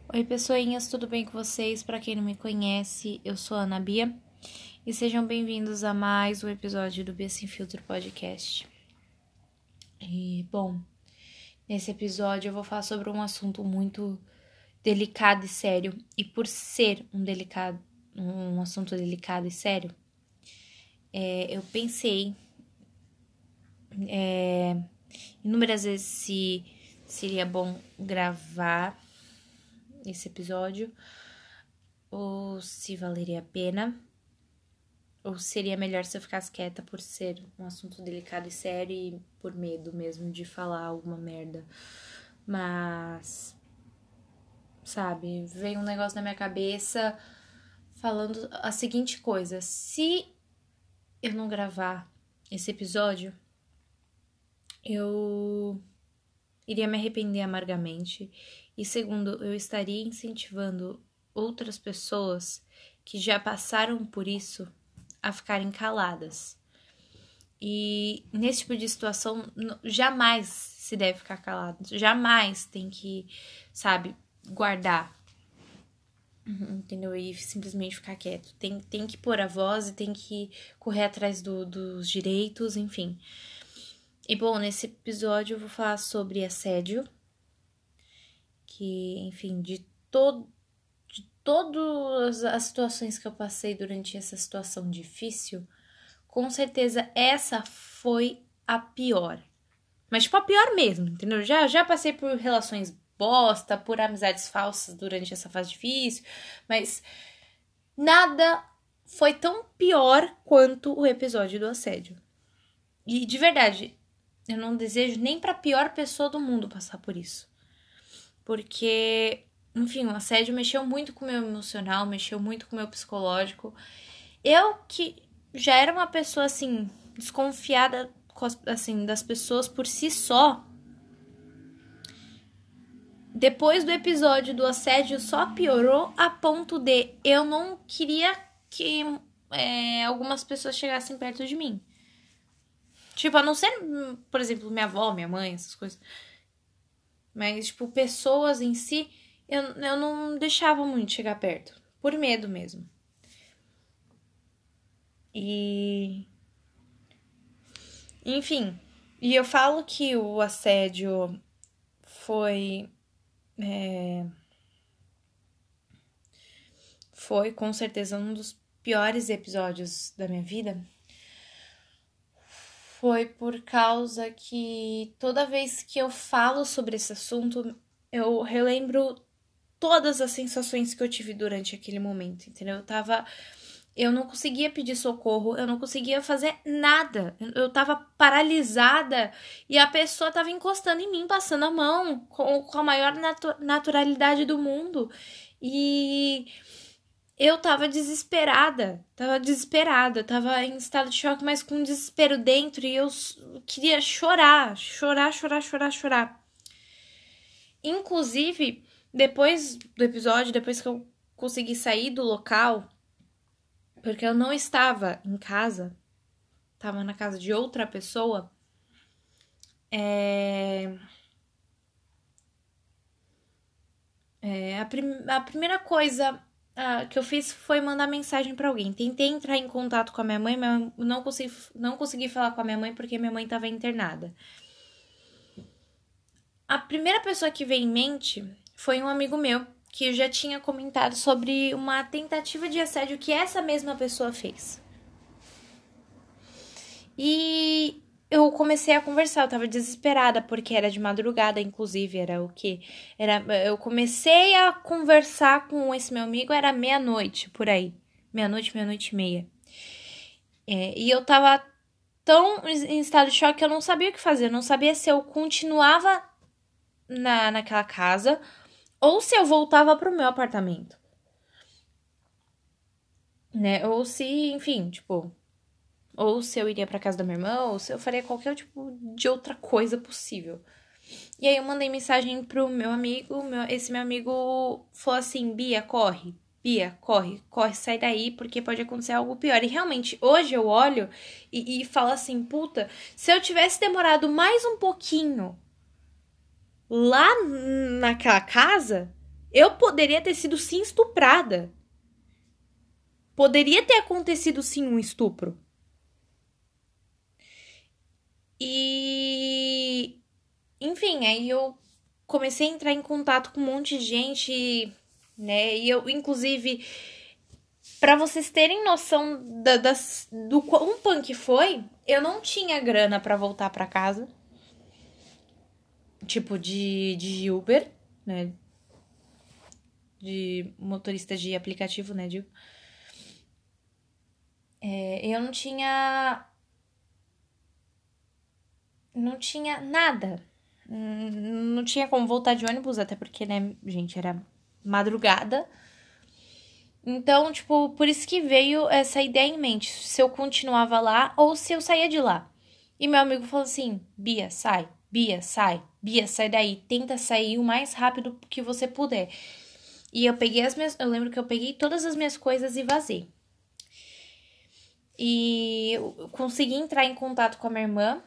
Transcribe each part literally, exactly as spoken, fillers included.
Oi, pessoinhas, tudo bem com vocês? Para quem não me conhece, eu sou a Ana Bia e sejam bem-vindos a mais um episódio do Bia Sem Filtro Podcast. E, bom, nesse episódio eu vou falar sobre um assunto muito delicado e sério, e por ser um, delicado, um assunto delicado e sério, é, eu pensei é, inúmeras vezes se seria bom gravar esse episódio, ou se valeria a pena, ou seria melhor se eu ficasse quieta por ser um assunto delicado e sério e por medo mesmo de falar alguma merda. Mas, sabe, veio um negócio na minha cabeça falando a seguinte coisa: se eu não gravar esse episódio, eu iria me arrepender amargamente. E segundo, eu estaria incentivando outras pessoas que já passaram por isso a ficarem caladas. E nesse tipo de situação, jamais se deve ficar calado. Jamais tem que, sabe, guardar. Entendeu? E simplesmente ficar quieto. Tem, tem que pôr a voz e tem que correr atrás do, dos direitos, enfim. E bom, nesse episódio eu vou falar sobre assédio. Que, enfim, de, to- de todas as situações que eu passei durante essa situação difícil, com certeza essa foi a pior. Mas, tipo, a pior mesmo, entendeu? Já, já passei por relações bosta, por amizades falsas durante essa fase difícil, mas nada foi tão pior quanto o episódio do assédio. E, de verdade, eu não desejo nem pra pior pessoa do mundo passar por isso. Porque, enfim, o assédio mexeu muito com o meu emocional, mexeu muito com o meu psicológico. Eu que já era uma pessoa, assim, desconfiada, assim, das pessoas por si só, depois do episódio do assédio só piorou a ponto de eu não queria que é, algumas pessoas chegassem perto de mim. Tipo, a não ser, por exemplo, minha avó, minha mãe, essas coisas. Mas, tipo, pessoas em si, eu, eu não deixava muito chegar perto. Por medo mesmo. E... Enfim. E eu falo que o assédio foi... É, foi, com certeza, um dos piores episódios da minha vida. Foi por causa que toda vez que eu falo sobre esse assunto, eu relembro todas as sensações que eu tive durante aquele momento, entendeu? Eu tava... Eu não conseguia pedir socorro, eu não conseguia fazer nada. Eu tava paralisada e a pessoa tava encostando em mim, passando a mão com, com a maior natu- naturalidade do mundo. E eu tava desesperada, tava desesperada, tava em estado de choque, mas com desespero dentro, e eu queria chorar, chorar, chorar, chorar, chorar. Inclusive, depois do episódio, depois que eu consegui sair do local, porque eu não estava em casa, estava na casa de outra pessoa, é... É, a, prim- a primeira coisa ah, que eu fiz foi mandar mensagem pra alguém. Tentei entrar em contato com a minha mãe, mas não consegui, não consegui falar com a minha mãe porque minha mãe estava internada. A primeira pessoa que veio em mente foi um amigo meu que já tinha comentado sobre uma tentativa de assédio que essa mesma pessoa fez. E eu comecei a conversar, eu tava desesperada, porque era de madrugada, inclusive, era o quê? Era, eu comecei a conversar com esse meu amigo, era meia-noite, por aí. Meia-noite, meia-noite e meia. É, e eu tava tão em estado de choque que eu não sabia o que fazer. Eu não sabia se eu continuava na, naquela casa ou se eu voltava pro meu apartamento. Né? Ou se, enfim, tipo... Ou se eu iria pra casa da minha irmã, ou se eu faria qualquer tipo de outra coisa possível. E aí eu mandei mensagem pro meu amigo, meu, esse meu amigo falou assim: Bia, corre, Bia, corre, corre, sai daí, porque pode acontecer algo pior. E realmente, hoje eu olho e, e falo assim, puta, se eu tivesse demorado mais um pouquinho lá naquela casa, Eu poderia ter sido sim estuprada. Poderia ter acontecido sim um estupro. E... Enfim, aí eu comecei a entrar em contato com um monte de gente, né? E eu, inclusive, pra vocês terem noção da, das, do quão punk foi, eu não tinha grana pra voltar pra casa. Tipo, de, de Uber, né? De motorista de aplicativo, né? Digo. É, eu não tinha... Não tinha nada. Não tinha como voltar de ônibus, até porque, né, gente, era madrugada. Então, tipo, por isso que veio essa ideia em mente. Se eu continuava lá ou se eu saía de lá. E meu amigo falou assim, Bia, sai. Bia, sai. Bia, sai daí. Tenta sair o mais rápido que você puder. E eu peguei as minhas... Eu lembro que eu peguei todas as minhas coisas e vazei. E eu consegui entrar em contato com a minha irmã.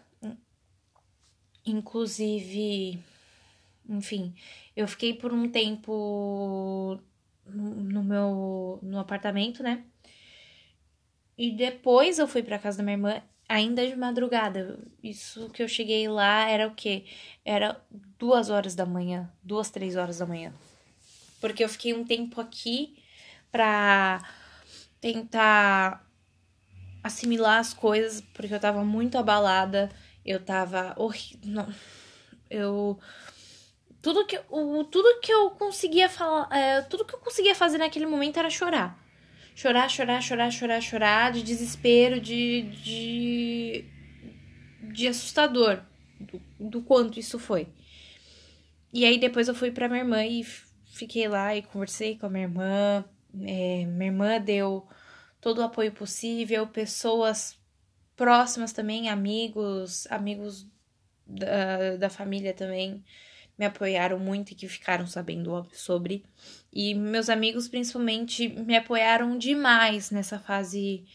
Inclusive... Enfim, eu fiquei por um tempo no meu no apartamento, né? E depois eu fui pra casa da minha irmã, ainda de madrugada. Isso que eu cheguei lá era o quê? Era duas horas da manhã, duas, três horas da manhã. Porque eu fiquei um tempo aqui pra tentar assimilar as coisas, porque eu tava muito abalada, eu tava horrível. Eu Tudo que, o, tudo que eu conseguia falar, é, tudo que eu conseguia fazer naquele momento era chorar. Chorar, chorar, chorar, chorar, chorar, de desespero, de. de, de assustador do, do quanto isso foi. E aí depois eu fui pra minha irmã e fiquei lá e conversei com a minha irmã. É, minha irmã deu todo o apoio possível, pessoas próximas também, amigos, amigos da, da família também me apoiaram muito e que ficaram sabendo sobre. E meus amigos, principalmente, me apoiaram demais nessa fase.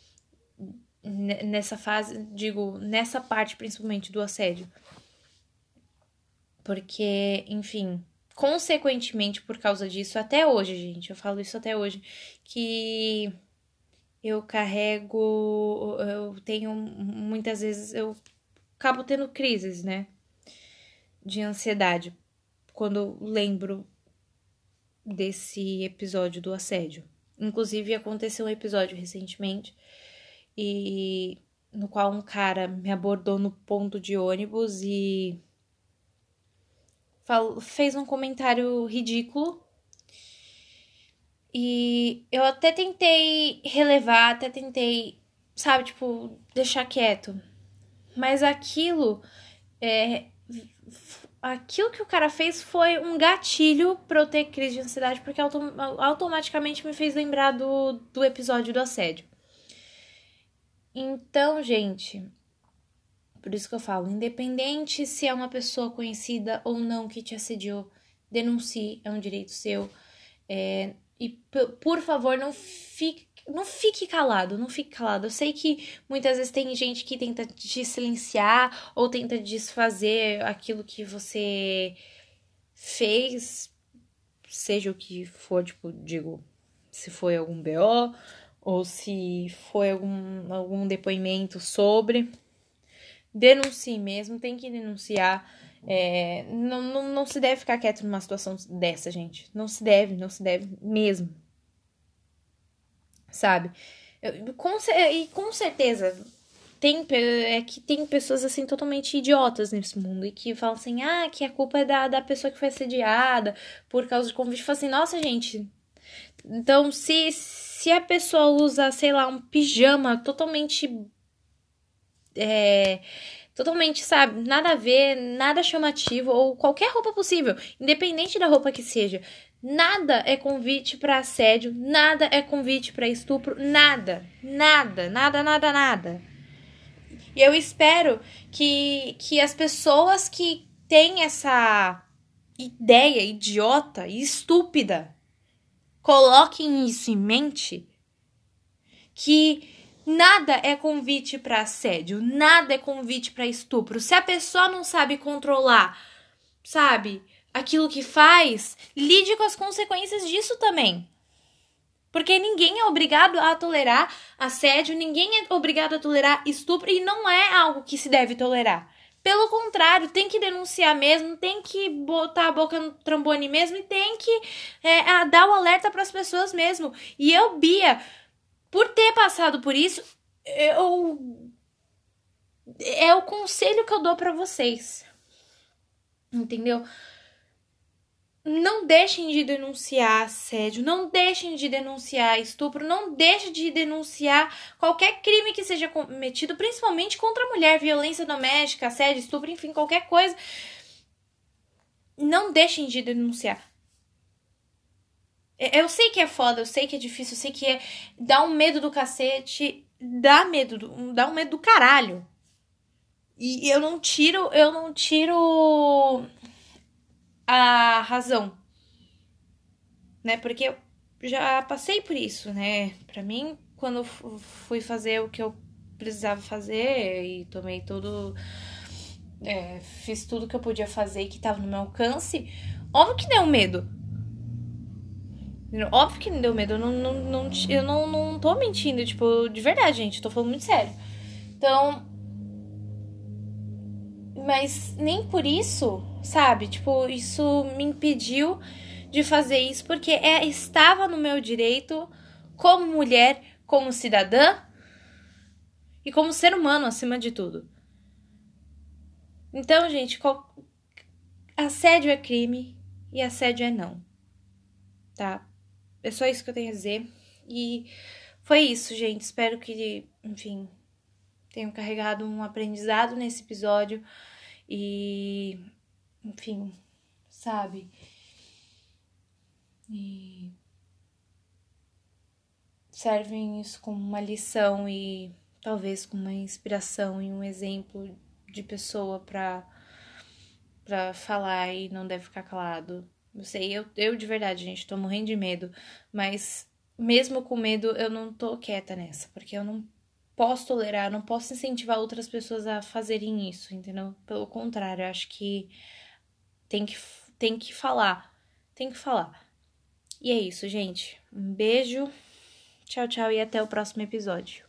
Nessa fase, digo, nessa parte principalmente do assédio. Porque, enfim, consequentemente, por causa disso, até hoje, gente, eu falo isso até hoje, que eu carrego, eu tenho muitas vezes, eu acabo tendo crises, né? De ansiedade quando lembro desse episódio do assédio. Inclusive, aconteceu um episódio recentemente e no qual um cara me abordou no ponto de ônibus e falou, fez um comentário ridículo. E eu até tentei relevar, até tentei, sabe, tipo, deixar quieto. Mas aquilo é, aquilo que o cara fez foi um gatilho pra eu ter crise de ansiedade, porque autom- automaticamente me fez lembrar do, do episódio do assédio. Então, gente, por isso que eu falo, independente se é uma pessoa conhecida ou não que te assediou, denuncie, é um direito seu. É, e, por favor, não fique, não fique calado, não fique calado. Eu sei que muitas vezes tem gente que tenta te silenciar ou tenta desfazer aquilo que você fez, seja o que for, tipo, digo, se foi algum B O ou se foi algum, algum depoimento sobre. Denuncie mesmo, tem que denunciar. É, não, não, não se deve ficar quieto numa situação dessa, gente. Não se deve, não se deve mesmo. Sabe? Eu, com, e com certeza tem, é que tem pessoas assim totalmente idiotas nesse mundo e que falam assim, ah, que a culpa é da, da pessoa que foi assediada por causa de convite. Fala assim, nossa, gente. Então, se, se a pessoa usa, sei lá, um pijama totalmente. É, totalmente, sabe? Nada a ver, nada chamativo, ou qualquer roupa possível, independente da roupa que seja. Nada é convite para assédio, nada é convite para estupro, nada, nada, nada, nada, nada. E eu espero que, que as pessoas que têm essa ideia idiota e estúpida coloquem isso em mente, que nada é convite para assédio, nada é convite para estupro. Se a pessoa não sabe controlar, sabe, aquilo que faz, lide com as consequências disso também. Porque ninguém é obrigado a tolerar assédio, ninguém é obrigado a tolerar estupro e não é algo que se deve tolerar. Pelo contrário, tem que denunciar mesmo, tem que botar a boca no trombone mesmo e tem que é, dar o alerta para as pessoas mesmo. E eu, Bia, por ter passado por isso, eu é o conselho que eu dou para vocês. Entendeu? Não deixem de denunciar assédio, não deixem de denunciar estupro, não deixem de denunciar qualquer crime que seja cometido, principalmente contra a mulher, violência doméstica, assédio, estupro, enfim, qualquer coisa. Não deixem de denunciar. Eu sei que é foda, eu sei que é difícil, eu sei que é dá um medo do cacete, dá medo, do, dá um medo do caralho. E eu não tiro, eu não tiro a razão, né? Porque eu já passei por isso, né? Pra mim, quando eu fui fazer o que eu precisava fazer e tomei tudo, é, fiz tudo que eu podia fazer e que tava no meu alcance, óbvio que deu medo. Óbvio que me deu medo. Eu não, não, não, eu não, não tô mentindo, tipo, de verdade, gente. Eu tô falando muito sério. Então. Mas nem por isso, sabe? Tipo, isso me impediu de fazer isso, porque é, estava no meu direito, como mulher, como cidadã e como ser humano, acima de tudo. Então, gente, qual... assédio é crime e assédio é não, tá? É só isso que eu tenho a dizer. E foi isso, gente. Espero que, enfim, tenham carregado um aprendizado nesse episódio. E, enfim, sabe? E servem isso como uma lição e talvez como uma inspiração e um exemplo de pessoa pra, pra falar e não deve ficar calado. Não sei, eu, eu de verdade, gente, tô morrendo de medo, mas mesmo com medo, eu não tô quieta nessa, porque eu não posso tolerar, eu não posso incentivar outras pessoas a fazerem isso, entendeu? Pelo contrário, eu acho que tem que, tem que falar, tem que falar. E é isso, gente. Um beijo, tchau, tchau e até o próximo episódio.